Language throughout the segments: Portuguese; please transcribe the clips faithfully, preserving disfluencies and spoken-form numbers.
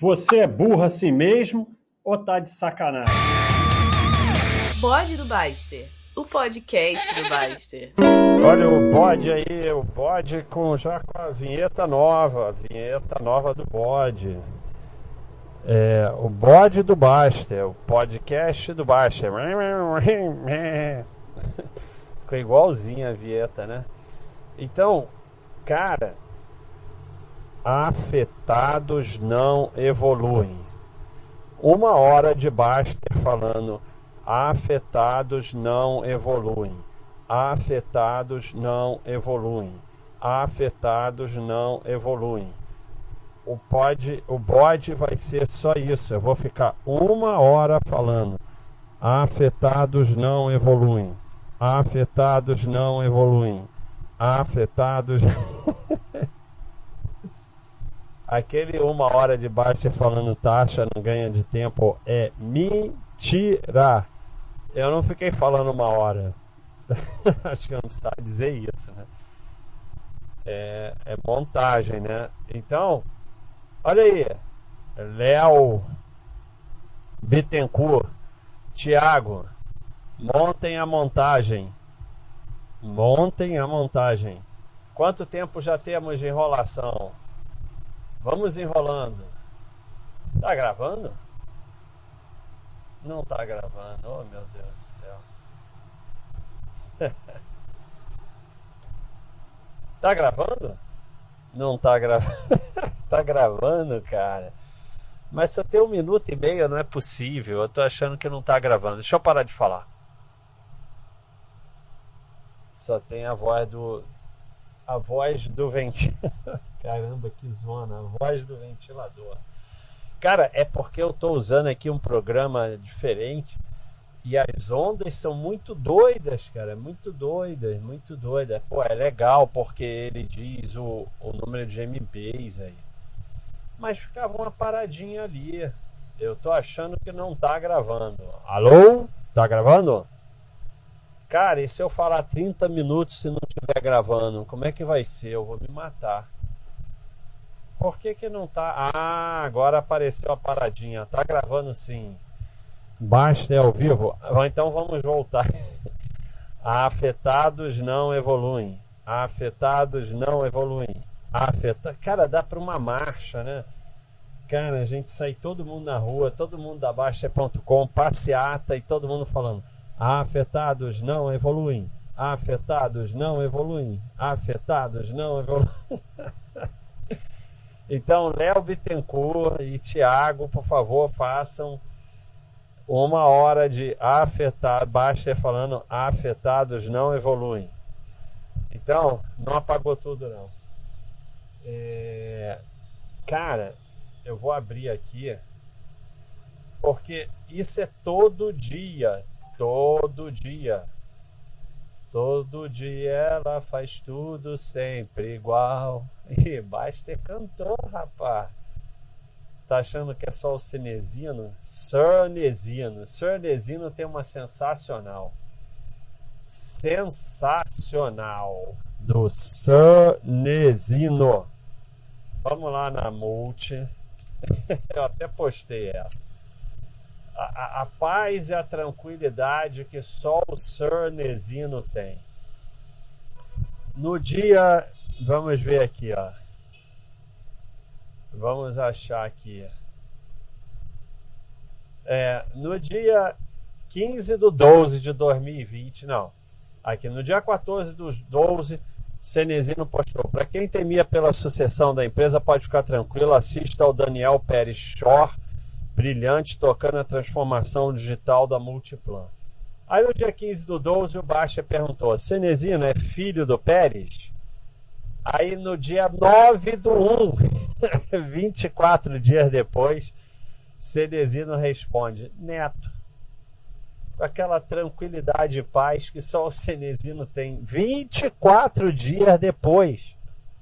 Você é burro assim mesmo ou tá de sacanagem? Bode do Baster, o podcast do Baster. Olha o bode aí, o bode com, já com a vinheta nova, a vinheta nova do bode. É, o bode do Baster, o podcast do Baster. Ficou igualzinho a vinheta, né? Então, cara, afetados não evoluem. Uma hora de Baster falando, afetados não evoluem. Afetados não evoluem. Afetados não evoluem. O pod, o bode vai ser só isso. Eu vou ficar uma hora falando. Afetados não evoluem. Afetados não evoluem. Afetados. Aquele uma hora de Baster falando taxa não ganha de tempo é mentira. Eu não fiquei falando uma hora. Acho que eu não precisava dizer isso, né? É, é montagem, né? Então, olha aí, Léo, Bittencourt, Thiago, montem a montagem. Montem a montagem. Quanto tempo já temos de enrolação? Vamos enrolando. Tá gravando? Não tá gravando. Oh, meu Deus do céu. Tá gravando? Não tá gravando. Tá gravando, cara. Mas só tem um minuto e meio, não é possível. Eu tô achando que não tá gravando. Deixa eu parar de falar. Só tem a voz do... A voz do ventilador. Caramba, que zona. A voz do ventilador. Cara, é porque eu tô usando aqui um programa diferente. E as ondas são muito doidas, cara, muito doidas, muito doidas. Pô, é legal porque ele diz o, o número de M Bs aí. Mas ficava uma paradinha ali. Eu tô achando que não tá gravando. Alô? Tá gravando? Cara, e se eu falar trinta minutos se não estiver gravando, como é que vai ser? Eu vou me matar. Por que que não tá? Ah, agora apareceu a paradinha. Tá gravando sim. Baster ao vivo. Então vamos voltar. Afetados não evoluem. Afetados não evoluem. Afeta... Cara, dá para uma marcha, né? Cara, a gente sai todo mundo na rua, todo mundo da Baster ponto com, passeata e todo mundo falando. Afetados não evoluem. Afetados não evoluem. Afetados não evoluem. Então, Léo Bittencourt e Thiago, por favor, façam uma hora de afetar, Baster falando afetados não evoluem. Então, não apagou tudo não. É... Cara, eu vou abrir aqui, porque isso é todo dia, todo dia. Todo dia ela faz tudo sempre igual. E Baster cantou, rapaz. Tá achando que é só o Cenezino? Sernezino. Sernezino tem uma sensacional. Sensacional. Do Sernezino. Vamos lá na multi. Eu até postei essa. A, a, a paz e a tranquilidade que só o Sernezino tem. No dia... Vamos ver aqui, ó. Vamos achar aqui. É, no dia quinze do doze de dois mil e vinte, não. Aqui no dia quatorze do doze, Cenezino postou. Para quem temia pela sucessão da empresa, pode ficar tranquilo. Assista ao Daniel Pérez Shore, brilhante, tocando a transformação digital da Multiplan. Aí no dia quinze do doze, o Baster perguntou: Cenezino é filho do Pérez? Aí no dia nove do um, vinte e quatro dias depois, Cenezino responde: neto. Com aquela tranquilidade e paz que só o Cenezino tem. vinte e quatro dias depois.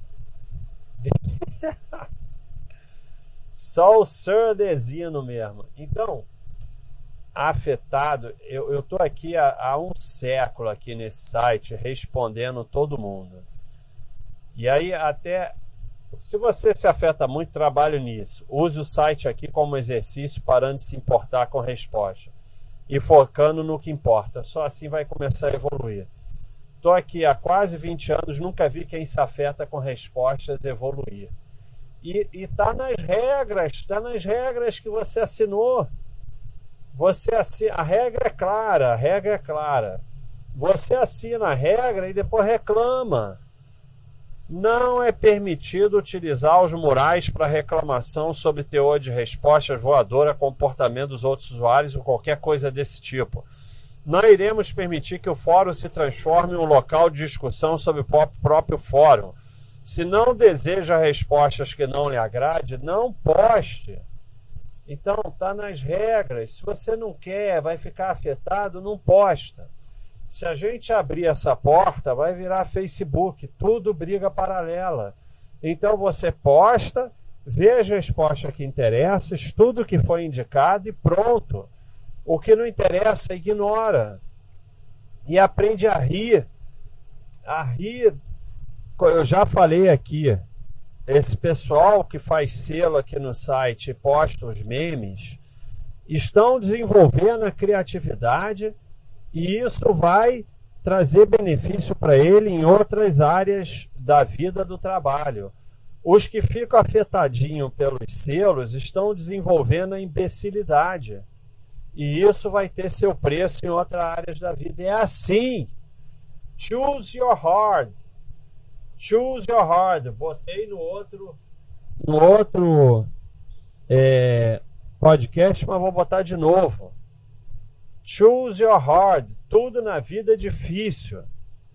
Só o Cenezino mesmo. Então, afetado, eu estou aqui há, há um século aqui nesse site respondendo todo mundo. E aí até Se você se afeta muito, trabalhe nisso. Use o site aqui como exercício, parando de se importar com a resposta e focando no que importa. Só assim vai começar a evoluir. Estou aqui há quase vinte anos, nunca vi quem se afeta com respostas evoluir. E está nas regras, está nas regras que você assinou. Você assina, a regra é clara, a regra é clara. Você assina a regra e depois reclama. Não é permitido utilizar os murais para reclamação sobre teor de respostas voadora, comportamento dos outros usuários ou qualquer coisa desse tipo. Não iremos permitir que o fórum se transforme em um local de discussão sobre o próprio fórum. Se não deseja respostas que não lhe agrade, não poste. Então, está nas regras. Se você não quer, vai ficar afetado, não posta. Se a gente abrir essa porta, vai virar Facebook, tudo briga paralela. Então você posta, vê as respostas que interessam, estuda o que foi indicado e pronto. O que não interessa, ignora. E aprende a rir. A rir, eu já falei aqui, esse pessoal que faz selo aqui no site e posta os memes, estão desenvolvendo a criatividade. E isso vai trazer benefício para ele em outras áreas da vida do trabalho. Os que ficam afetadinhos pelos selos estão desenvolvendo a imbecilidade. E isso vai ter seu preço em outras áreas da vida. É assim. Choose your hard. Choose your hard. Botei no outro, no outro é, podcast, mas vou botar de novo. Choose your hard. Tudo na vida é difícil.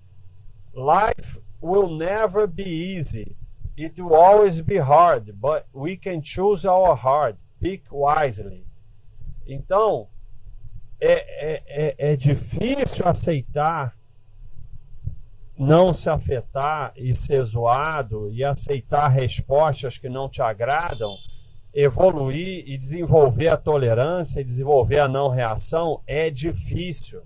Life will never be easy. It will always be hard. But we can choose our hard. Pick wisely. Então, é, é, é, é difícil aceitar não se afetar e ser zoado e aceitar respostas que não te agradam. Evoluir e desenvolver a tolerância e desenvolver a não reação é difícil,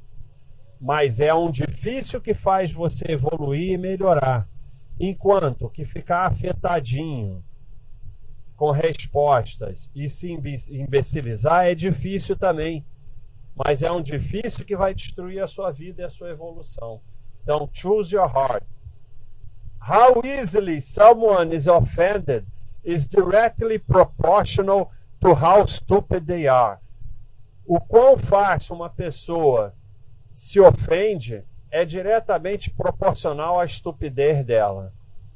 mas é um difícil que faz você evoluir e melhorar, enquanto que ficar afetadinho com respostas e se imbecilizar é difícil também, mas é um difícil que vai destruir a sua vida e a sua evolução. Então, choose your heart. How easily someone is offended is directly proportional to how stupid they are. O quão fácil uma pessoa se ofende é diretamente proporcional à estupidez dela.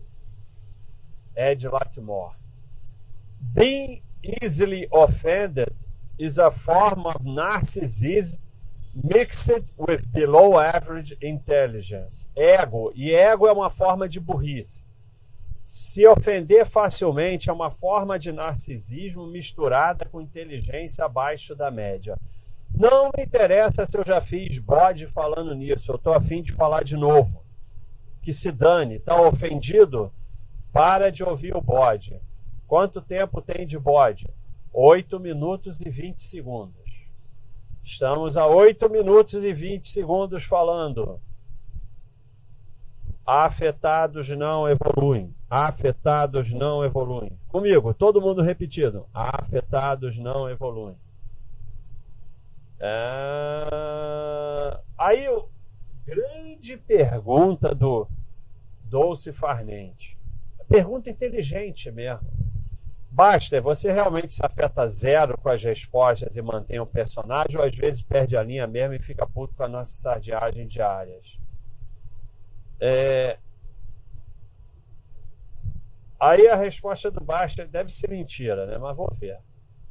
Ed Latimore. Being easily offended is a form of narcissism mixed with below average intelligence. Ego. E ego é uma forma de burrice. Se ofender facilmente é uma forma de narcisismo misturada com inteligência abaixo da média. Não me interessa se eu já fiz bode falando nisso. Eu estou a fim de falar de novo. Que se dane. Está ofendido? Para de ouvir o bode. Quanto tempo tem de bode? oito minutos e vinte segundos. Estamos a oito minutos e vinte segundos falando. Afetados não evoluem. Afetados não evoluem. Comigo, todo mundo repetido. Afetados não evoluem. É... Aí, grande pergunta do Dulce Farnente. Pergunta inteligente mesmo. Basta, você realmente se afeta zero com as respostas e mantém o personagem, ou às vezes perde a linha mesmo e fica puto com a nossa sardiagem diárias? É... Aí a resposta do Basta deve ser mentira, né? Mas vou ver.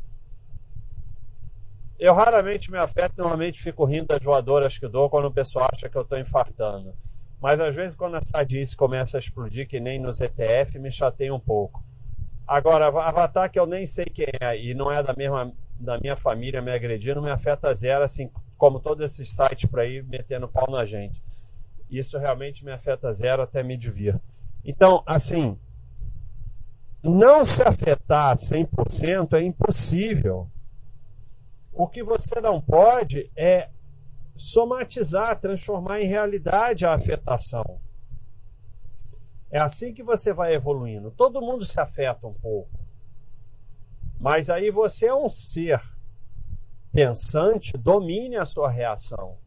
Eu raramente me afeto, normalmente fico rindo das voadoras que dou quando o pessoal acha que eu estou infartando. Mas às vezes quando a sardice começa a explodir, que nem no Z T F, me chateia um pouco. Agora, Avatar, que eu nem sei quem é e não é da, mesma, da minha família me agredindo, me afeta zero, assim como todos esses sites por aí metendo pau na gente. Isso realmente me afeta zero, até me divirto. Então, assim, não se afetar cem por cento é impossível. O que você não pode é somatizar, transformar em realidade a afetação. É assim que você vai evoluindo. Todo mundo se afeta um pouco. Mas aí você é um ser pensante, domine a sua reação,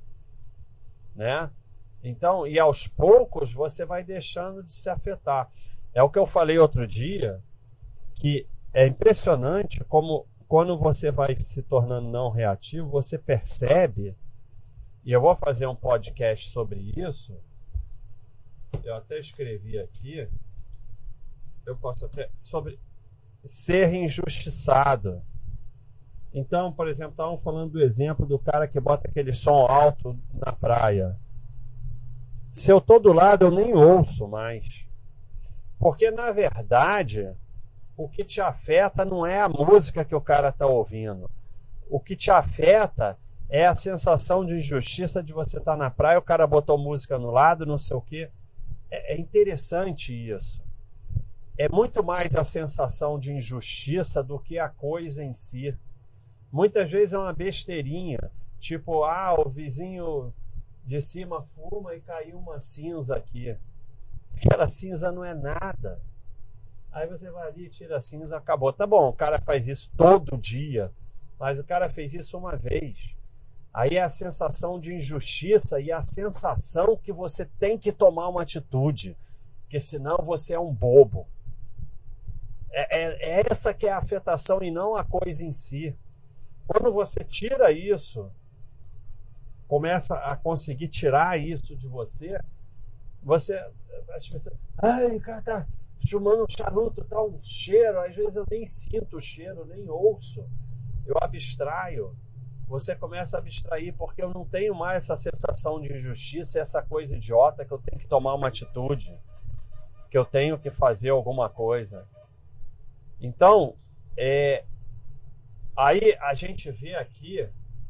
né? Então, e aos poucos você vai deixando de se afetar. É o que eu falei outro dia, que é impressionante como quando você vai se tornando não reativo, você percebe, e eu vou fazer um podcast sobre isso, eu até escrevi aqui, eu posso até, sobre ser injustiçado. Então, por exemplo, estavam falando do exemplo do cara que bota aquele som alto na praia. Se eu tô do lado, eu nem ouço mais. Porque, na verdade, o que te afeta não é a música que o cara está ouvindo. O que te afeta é a sensação de injustiça de você estar tá na praia, o cara botou música no lado, não sei o quê. É interessante isso. É muito mais a sensação de injustiça do que a coisa em si. Muitas vezes é uma besteirinha, tipo, ah, o vizinho de cima fuma e caiu uma cinza aqui. Aquela cinza não é nada. Aí você vai ali, tira a cinza, acabou. Tá bom, o cara faz isso todo dia, mas o cara fez isso uma vez. Aí é a sensação de injustiça e a sensação que você tem que tomar uma atitude, porque senão você é um bobo. É, é, é essa que é a afetação e não a coisa em si. Quando você tira isso, começa a conseguir tirar isso de você, você... Ai, o cara tá fumando um charuto, tá um cheiro, às vezes eu nem sinto o cheiro, nem ouço. Eu abstraio. Você começa a abstrair, porque eu não tenho mais essa sensação de injustiça, essa coisa idiota que eu tenho que tomar uma atitude, que eu tenho que fazer alguma coisa. Então, é, aí a gente vê aqui,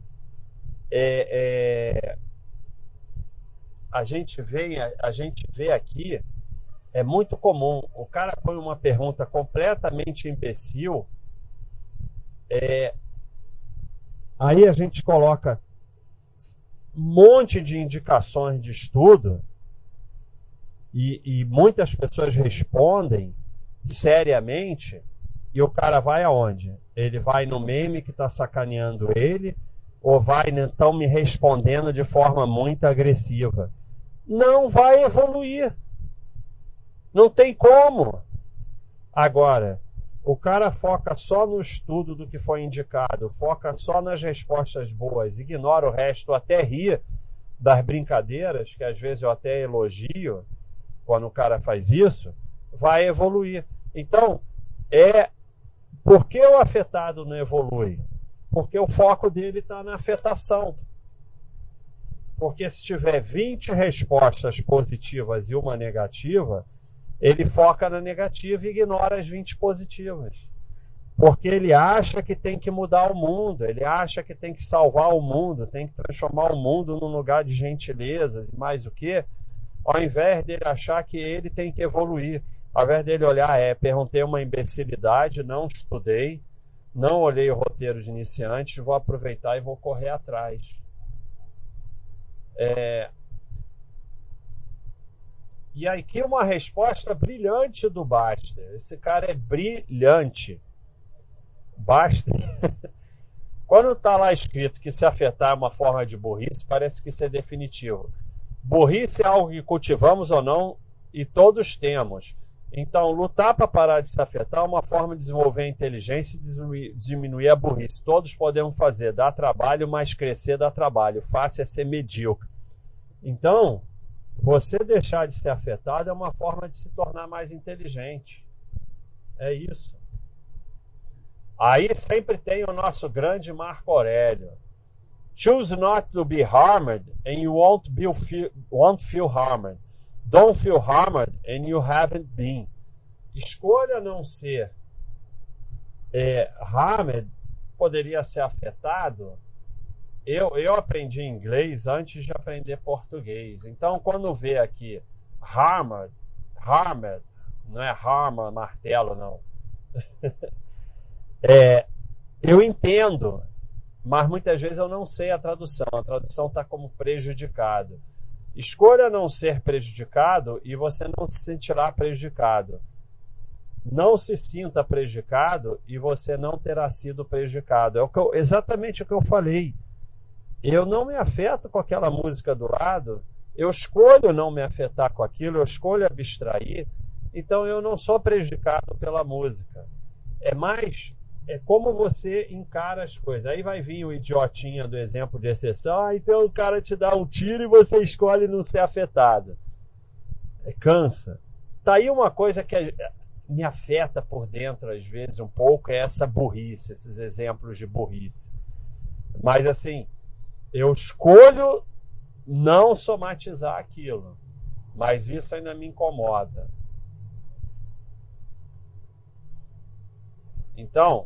é, é, a gente vê, a gente vê aqui, é muito comum, o cara põe uma pergunta completamente imbecil, é, aí a gente coloca um monte de indicações de estudo e, e muitas pessoas respondem seriamente e o cara vai aonde? Ele vai no meme que está sacaneando ele ou vai então me respondendo de forma muito agressiva? Não vai evoluir. Não tem como. Agora, o cara foca só no estudo do que foi indicado, foca só nas respostas boas, ignora o resto, até ri das brincadeiras, que às vezes eu até elogio quando o cara faz isso, vai evoluir. Então, é por que o afetado não evolui? Porque o foco dele está na afetação. Porque se tiver vinte respostas positivas e uma negativa, ele foca na negativa e ignora as vinte positivas. Porque ele acha que tem que mudar o mundo, ele acha que tem que salvar o mundo, tem que transformar o mundo num lugar de gentilezas e mais o quê? Ao invés dele achar que ele tem que evoluir. Ao invés dele olhar, é, perguntei uma imbecilidade, não estudei, não olhei o roteiro de iniciante, vou aproveitar e vou correr atrás. É... E aqui uma resposta brilhante do Baster. Esse cara é brilhante. Baster. Quando está lá escrito que se afetar é uma forma de burrice, parece que isso é definitivo. Burrice é algo que cultivamos ou não e todos temos. Então, lutar para parar de se afetar é uma forma de desenvolver a inteligência e diminuir a burrice. Todos podemos fazer. Dá trabalho, mas crescer dá trabalho. Fácil é ser medíocre. Então, você deixar de ser afetado é uma forma de se tornar mais inteligente. É isso. Aí sempre tem o nosso grande Marco Aurélio. Choose not to be harmed and you won't, be feel, won't feel harmed. Don't feel harmed and you haven't been. Escolha não ser é, harmed, poderia ser afetado. Eu, eu aprendi inglês antes de aprender português. Então, quando vê aqui harmed, harmed, não é harma, martelo, não. é, eu entendo, mas muitas vezes eu não sei a tradução. A tradução está como prejudicado. Escolha não ser prejudicado e você não se sentirá prejudicado. Não se sinta prejudicado e você não terá sido prejudicado. É o que eu, exatamente o que eu falei. Eu não me afeto com aquela música do lado, eu escolho não me afetar com aquilo, eu escolho abstrair, então eu não sou prejudicado pela música. É mais, é como você encara as coisas. Aí vai vir o idiotinha do exemplo de exceção, ah, então o cara te dá um tiro e você escolhe não ser afetado. É, cansa. Tá aí uma coisa que me afeta por dentro, às vezes, um pouco, é essa burrice, esses exemplos de burrice. Mas assim, eu escolho não somatizar aquilo, mas isso ainda me incomoda. Então,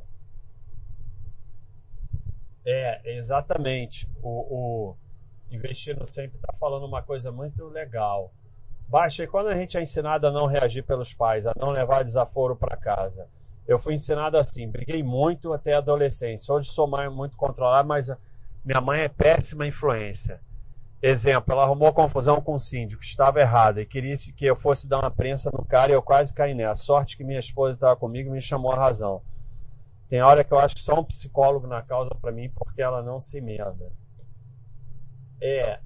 é exatamente, o, o Investindo Sempre está falando uma coisa muito legal. Baixa, e quando a gente é ensinado a não reagir pelos pais, a não levar desaforo para casa, eu fui ensinado assim, briguei muito até a adolescência. Hoje sou mais, muito controlado, mas minha mãe é péssima influência. Exemplo, ela arrumou confusão com o síndico, estava errado, e queria que eu fosse dar uma prensa no cara e eu quase caí nela. Sorte que minha esposa estava comigo e me chamou a razão. Tem hora que eu acho que só um psicólogo na causa para mim, porque ela não se emenda. É...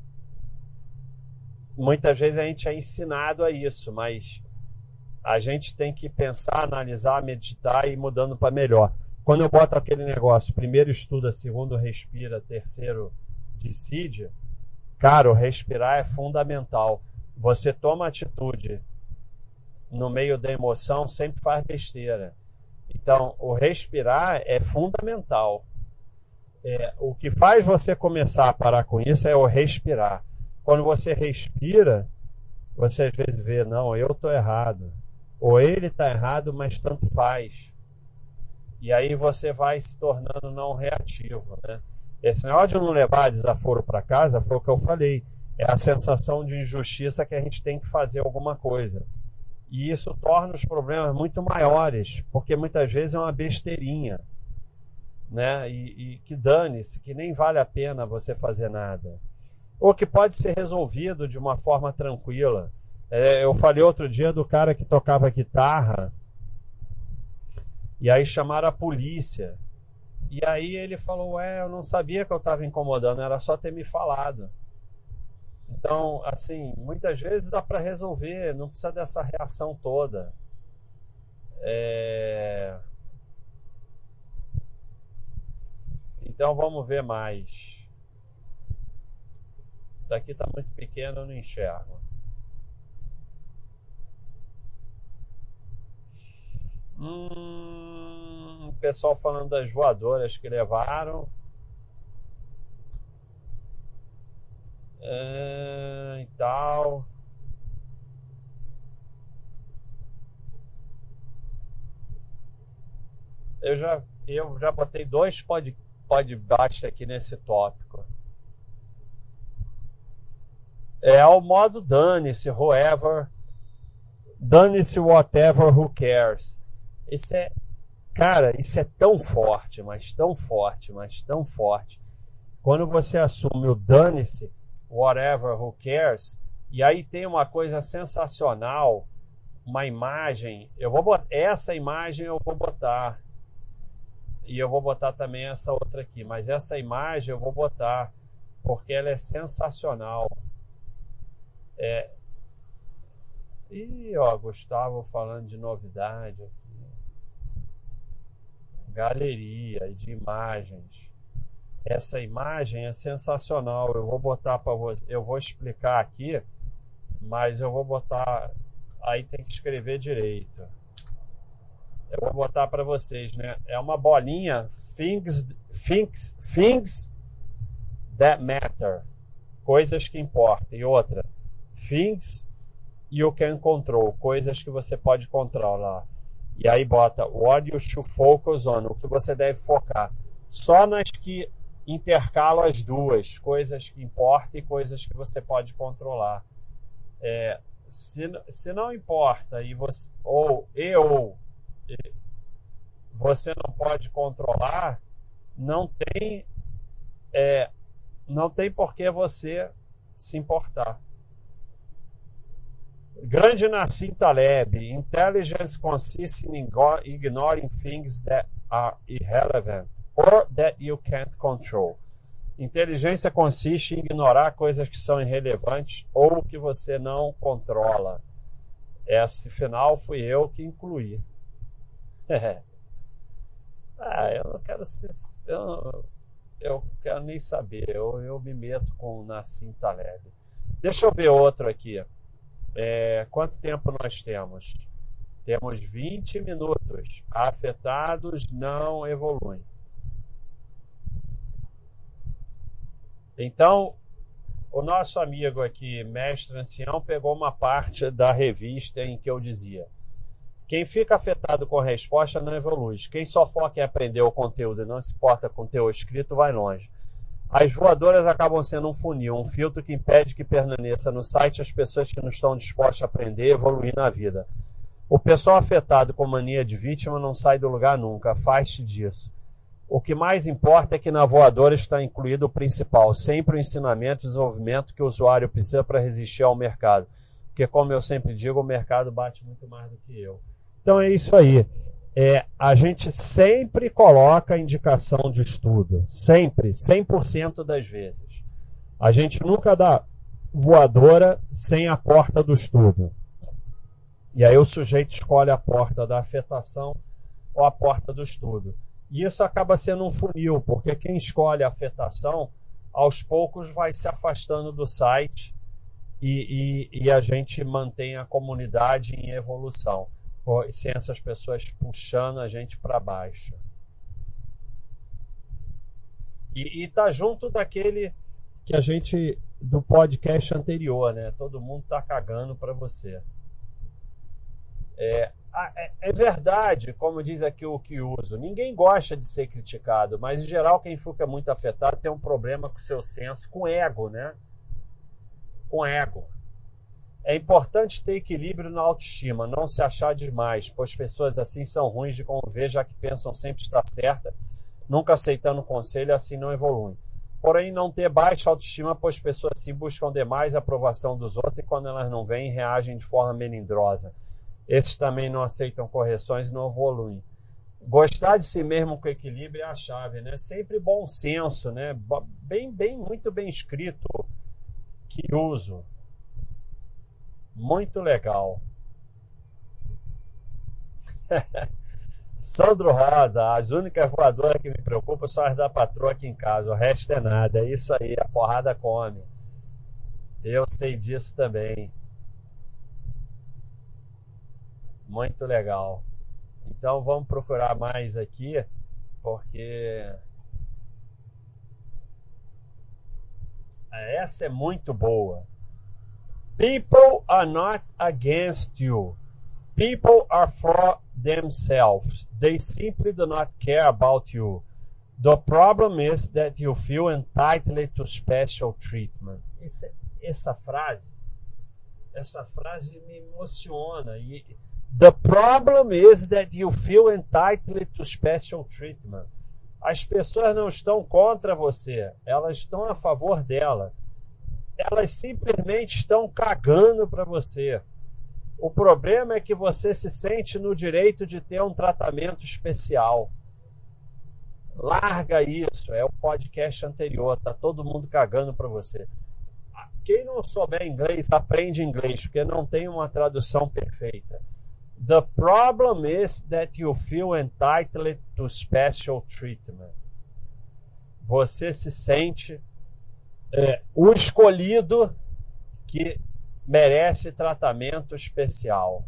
Muitas vezes a gente é ensinado a isso, mas a gente tem que pensar, analisar, meditar e ir mudando para melhor. Quando eu boto aquele negócio, primeiro estuda, segundo respira, terceiro decide, cara, o respirar é fundamental. Você toma atitude no meio da emoção, sempre faz besteira. Então, o respirar é fundamental. É, o que faz você começar a parar com isso é o respirar. Quando você respira, você às vezes vê, não, eu estou errado. Ou ele está errado, mas tanto faz. E aí você vai se tornando não reativo, né? Esse negócio de não levar desaforo para casa foi o que eu falei. É a sensação de injustiça que a gente tem que fazer alguma coisa. E isso torna os problemas muito maiores, porque muitas vezes é uma besteirinha, né? E, e que dane-se, que nem vale a pena você fazer nada. Ou que pode ser resolvido de uma forma tranquila. É, eu falei outro dia do cara que tocava guitarra, e aí chamaram a polícia. E aí ele falou, ué, eu não sabia que eu estava incomodando, era só ter me falado. Então, assim, muitas vezes dá para resolver, não precisa dessa reação toda. É... Então vamos ver mais. Isso aqui está muito pequeno, eu não enxergo. Hum, o pessoal falando das voadoras que levaram. É, e tal. Eu já, eu já botei dois pod, podcasts aqui nesse tópico. É o modo dane-se, whoever, dane-se, whatever, who cares. Isso é, cara, isso é tão forte, mas tão forte, mas tão forte. Quando você assume o dane-se, whatever, who cares, e aí tem uma coisa sensacional, uma imagem, eu vou botar, essa imagem eu vou botar, e eu vou botar também essa outra aqui, mas essa imagem eu vou botar, porque ela é sensacional. É... Ih, ó, Gustavo falando de novidade aqui. Galeria de imagens. Essa imagem é sensacional. Eu vou botar para você. Eu vou explicar aqui, mas eu vou botar. Aí tem que escrever direito. Eu vou botar para vocês, né? É uma bolinha. Things, things, things that matter. Coisas que importam. E outra. Things you can control. Coisas que você pode controlar. E aí bota what you should focus on. O que você deve focar. Só nas que intercalo as duas, coisas que importam e coisas que você pode controlar. É, se, se não importa e você, ou eu você não pode controlar, não tem é, não tem por que você se importar. Grande Nassim Taleb, intelligence consists in ignoring things that are irrelevant or that you can't control. Inteligência consiste em ignorar coisas que são irrelevantes ou que você não controla. Esse final fui eu que incluí. ah, eu não quero ser... Eu, eu quero nem saber. Eu, eu me meto com o Nassim Taleb. Deixa eu ver outro aqui. É, quanto tempo nós temos? Temos vinte minutos. Afetados não evoluem. Então, o nosso amigo aqui, mestre ancião, pegou uma parte da revista em que eu dizia: quem fica afetado com a resposta não evolui. Quem só foca em aprender o conteúdo e não se importa com o teu escrito vai longe. As voadoras acabam sendo um funil, um filtro que impede que permaneça no site as pessoas que não estão dispostas a aprender e evoluir na vida. O pessoal afetado com mania de vítima não sai do lugar nunca, afaste disso. O que mais importa é que na voadora está incluído o principal, sempre o ensinamento e desenvolvimento que o usuário precisa para resistir ao mercado. Porque, como eu sempre digo, o mercado bate muito mais do que eu. Então é isso aí. É, a gente sempre coloca indicação de estudo, sempre, cem por cento das vezes. A gente nunca dá voadora sem a porta do estudo. E aí o sujeito escolhe a porta da afetação ou a porta do estudo. E isso acaba sendo um funil, porque quem escolhe a afetação, aos poucos vai se afastando do site e, e, e a gente mantém a comunidade em evolução. Sem essas pessoas puxando a gente para baixo. E, e tá junto daquele que a gente, do podcast anterior, né? Todo mundo tá cagando para você. É, é, é verdade, como diz aqui o que uso, ninguém gosta de ser criticado, mas em geral quem fica muito afetado tem um problema com o seu senso, com ego, né? Com ego. É importante ter equilíbrio na autoestima, não se achar demais, pois pessoas assim são ruins de conviver, já que pensam sempre estar certa, nunca aceitando conselho, assim não evoluem. Porém, não ter baixa autoestima, pois pessoas assim buscam demais a aprovação dos outros e quando elas não vêm, reagem de forma melindrosa. Esses também não aceitam correções e não evoluem. Gostar de si mesmo com equilíbrio é a chave, né? Sempre bom senso, né? Bem, bem, muito bem escrito que uso. Muito legal. Sandro Rosa, as únicas voadoras que me preocupam são as da patroa aqui em casa, o resto é nada, é isso aí, a porrada come. Eu sei disso também. Muito legal. Então vamos procurar mais aqui, porque essa é muito boa. People are not against you. People are for themselves. They simply do not care about you. The problem is that you feel entitled to special treatment. Essa, essa frase, essa frase me emociona. E the problem is that you feel entitled to special treatment. As pessoas não estão contra você, elas estão a favor dela. Elas simplesmente estão cagando para você. O problema é que você se sente no direito de ter um tratamento especial. Larga isso, é o podcast anterior, tá todo mundo cagando para você. Quem não souber inglês, aprende inglês, porque não tem uma tradução perfeita. The problem is that you feel entitled to special treatment. Você se sente É, o escolhido que merece tratamento especial.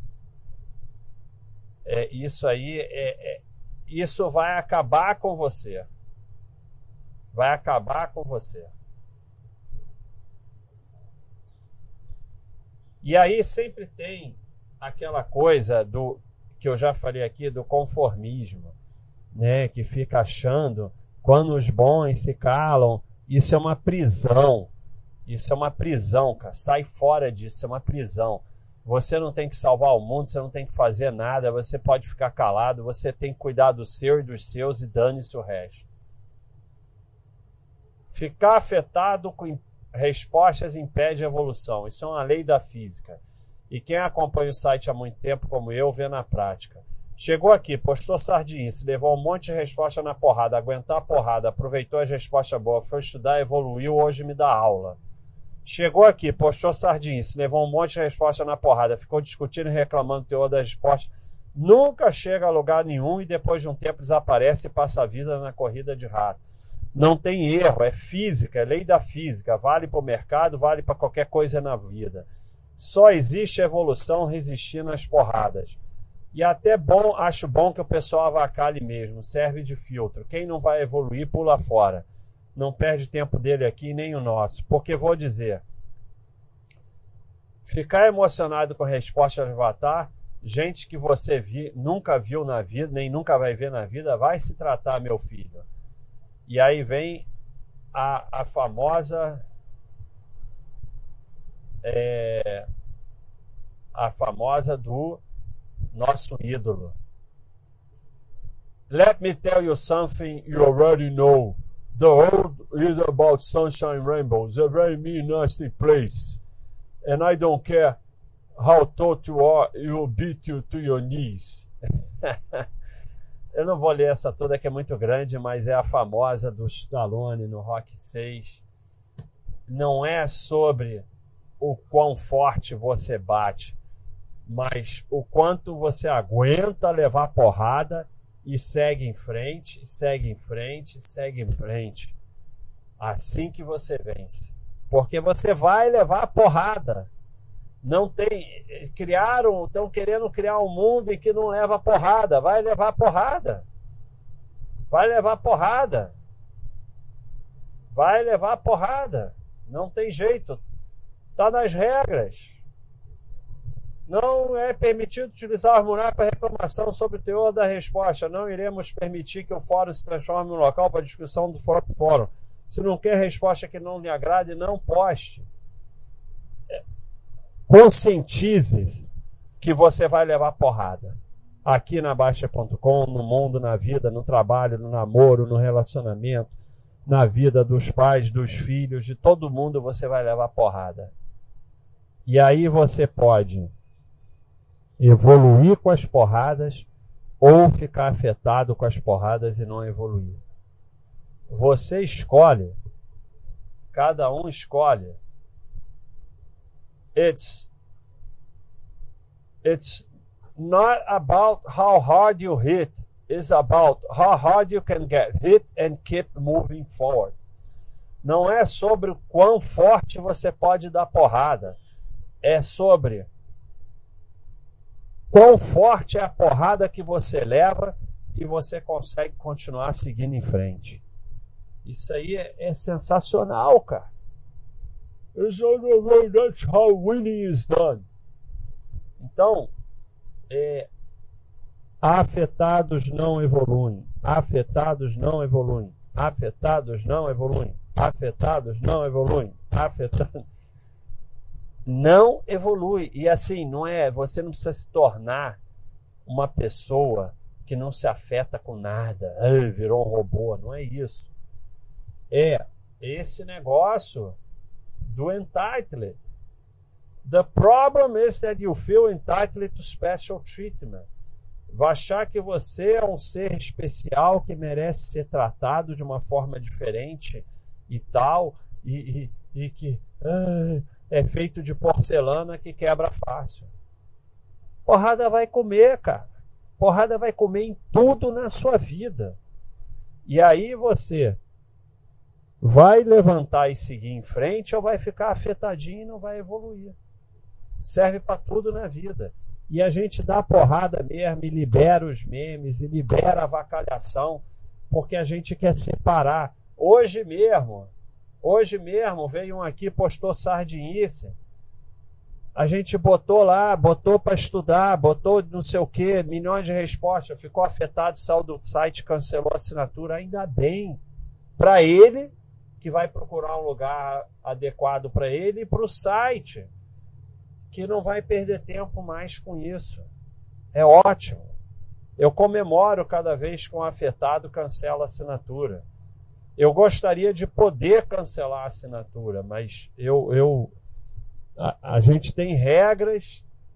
É, isso aí, é, é, isso vai acabar com você. Vai acabar com você. E aí sempre tem aquela coisa do que eu já falei aqui, do conformismo, né? Que fica achando quando os bons se calam. Isso é uma prisão. Isso é uma prisão, cara. Sai fora disso, isso é uma prisão. Você não tem que salvar o mundo, você não tem que fazer nada, você pode ficar calado, você tem que cuidar do seu e dos seus e dane-se o resto. Ficar afetado com respostas impede a evolução. Isso é uma lei da física. E quem acompanha o site há muito tempo, como eu, vê na prática. Chegou aqui, postou sardinice, levou um monte de resposta na porrada, aguentar a porrada, aproveitou as respostas boas, foi estudar, evoluiu, hoje me dá aula. Chegou aqui, postou sardinice, levou um monte de resposta na porrada, ficou discutindo e reclamando do teor das respostas, nunca chega a lugar nenhum e depois de um tempo desaparece e passa a vida na corrida de rato. Não tem erro, é física, é lei da física, vale para o mercado, vale para qualquer coisa na vida. Só existe evolução resistindo às porradas. E até bom, acho bom que o pessoal avacalhe mesmo, serve de filtro. Quem não vai evoluir, pula fora. Não perde tempo dele aqui, nem o nosso. Porque vou dizer, ficar emocionado com a resposta de Avatar, gente que você vi, nunca viu na vida, nem nunca vai ver na vida, vai se tratar, meu filho. E aí vem a, a famosa... É, a famosa do nosso ídolo. Let me tell you something you already know. The world is about sunshine rainbows. A very mean, nasty place. And I don't care how tall you are, it will beat you to your knees. Eu não vou ler essa toda que é muito grande, mas é a famosa do Stallone no Rock seis. Não é sobre o quão forte você bate, mas o quanto você aguenta levar porrada e segue em frente, segue em frente, segue em frente. Assim que você vence. Porque você vai levar porrada. Não tem... Criaram, estão querendo criar um mundo em que não leva porrada. Vai levar porrada. Vai levar porrada. Vai levar porrada. Não tem jeito. Está nas regras. Não é permitido utilizar o mural para reclamação sobre o teor da resposta. Não iremos permitir que o fórum se transforme em um local para discussão do fórum. Se não quer resposta que não lhe agrade, não poste. Conscientize que você vai levar porrada. Aqui na Baixa ponto com, no mundo, na vida, no trabalho, no namoro, no relacionamento, na vida dos pais, dos filhos, de todo mundo você vai levar porrada. E aí você pode evoluir com as porradas ou ficar afetado com as porradas e não evoluir. Você escolhe, cada um escolhe. It's, it's not about how hard you hit, it's about how hard you can get hit and keep moving forward. Não é sobre o quão forte você pode dar porrada, é sobre quão forte é a porrada que você leva e você consegue continuar seguindo em frente. Isso aí é, é sensacional, cara. That's how winning is done. Então, é, afetados não evoluem. Afetados não evoluem. Afetados não evoluem. Afetados não evoluem. Afetados... Não evolui. E assim, não é, você não precisa se tornar uma pessoa que não se afeta com nada. Ai, virou um robô. Não é isso. É esse negócio do entitled. The problem is that you feel entitled to special treatment. Vai achar que você é um ser especial que merece ser tratado de uma forma diferente e tal, e, e, e que ah, é feito de porcelana que quebra fácil. Porrada vai comer, cara. Porrada vai comer em tudo na sua vida. E aí você vai levantar e seguir em frente ou vai ficar afetadinho e não vai evoluir. Serve para tudo na vida. E a gente dá porrada mesmo e libera os memes e libera a avacalhação porque a gente quer separar. Hoje mesmo, hoje mesmo veio um aqui, postou sardinice. A gente botou lá, botou para estudar, botou não sei o que, milhões de respostas, ficou afetado, saiu do site, cancelou a assinatura. Ainda bem para ele, que vai procurar um lugar adequado para ele, e para o site, que não vai perder tempo mais com isso. É ótimo. Eu comemoro cada vez que um afetado cancela a assinatura. Eu gostaria de poder cancelar a assinatura, mas eu, eu, a, a gente tem regras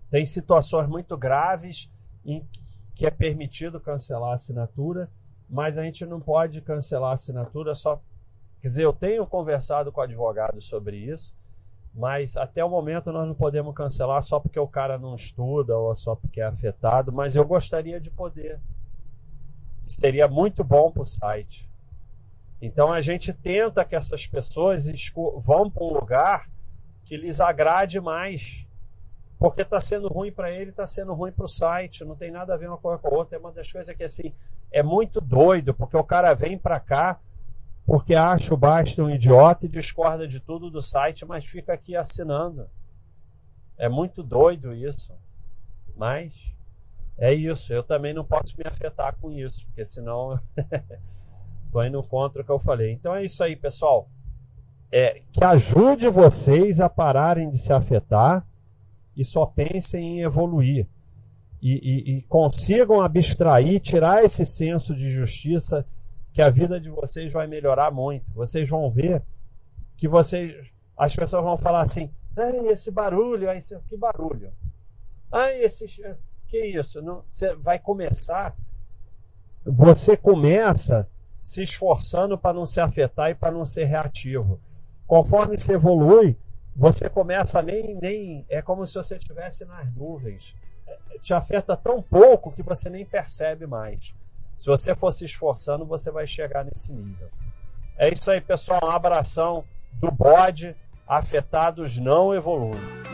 Tem situações muito graves em que é permitido cancelar a assinatura, mas a gente não pode cancelar a assinatura só... Quer dizer, eu tenho conversado com advogados sobre isso, mas até o momento nós não podemos cancelar só porque o cara não estuda ou só porque é afetado, mas eu gostaria de poder. Seria muito bom para o site. Então a gente tenta que essas pessoas vão para um lugar que lhes agrade mais, porque está sendo ruim para ele, está sendo ruim para o site, não tem nada a ver uma coisa com a outra. É uma das coisas que assim, é muito doido, porque o cara vem para cá porque acha o Baster um idiota e discorda de tudo do site, mas fica aqui assinando. É muito doido isso. Mas é isso, eu também não posso me afetar com isso, porque senão estou indo contra o que eu falei. Então é isso aí, pessoal. É, que ajude vocês a pararem de se afetar e só pensem em evoluir. E, e, e consigam abstrair, tirar esse senso de justiça, que a vida de vocês vai melhorar muito. Vocês vão ver que vocês, as pessoas vão falar assim: ai, esse barulho, ai, esse, que barulho? Ai, esse, que isso? Não, você vai começar, você começa se esforçando para não se afetar e para não ser reativo. Conforme você evolui, você começa a nem, nem... É como se você estivesse nas nuvens. Te afeta tão pouco que você nem percebe mais. Se você for se esforçando, você vai chegar nesse nível. É isso aí, pessoal. Um abração do bode. Afetados não evoluem.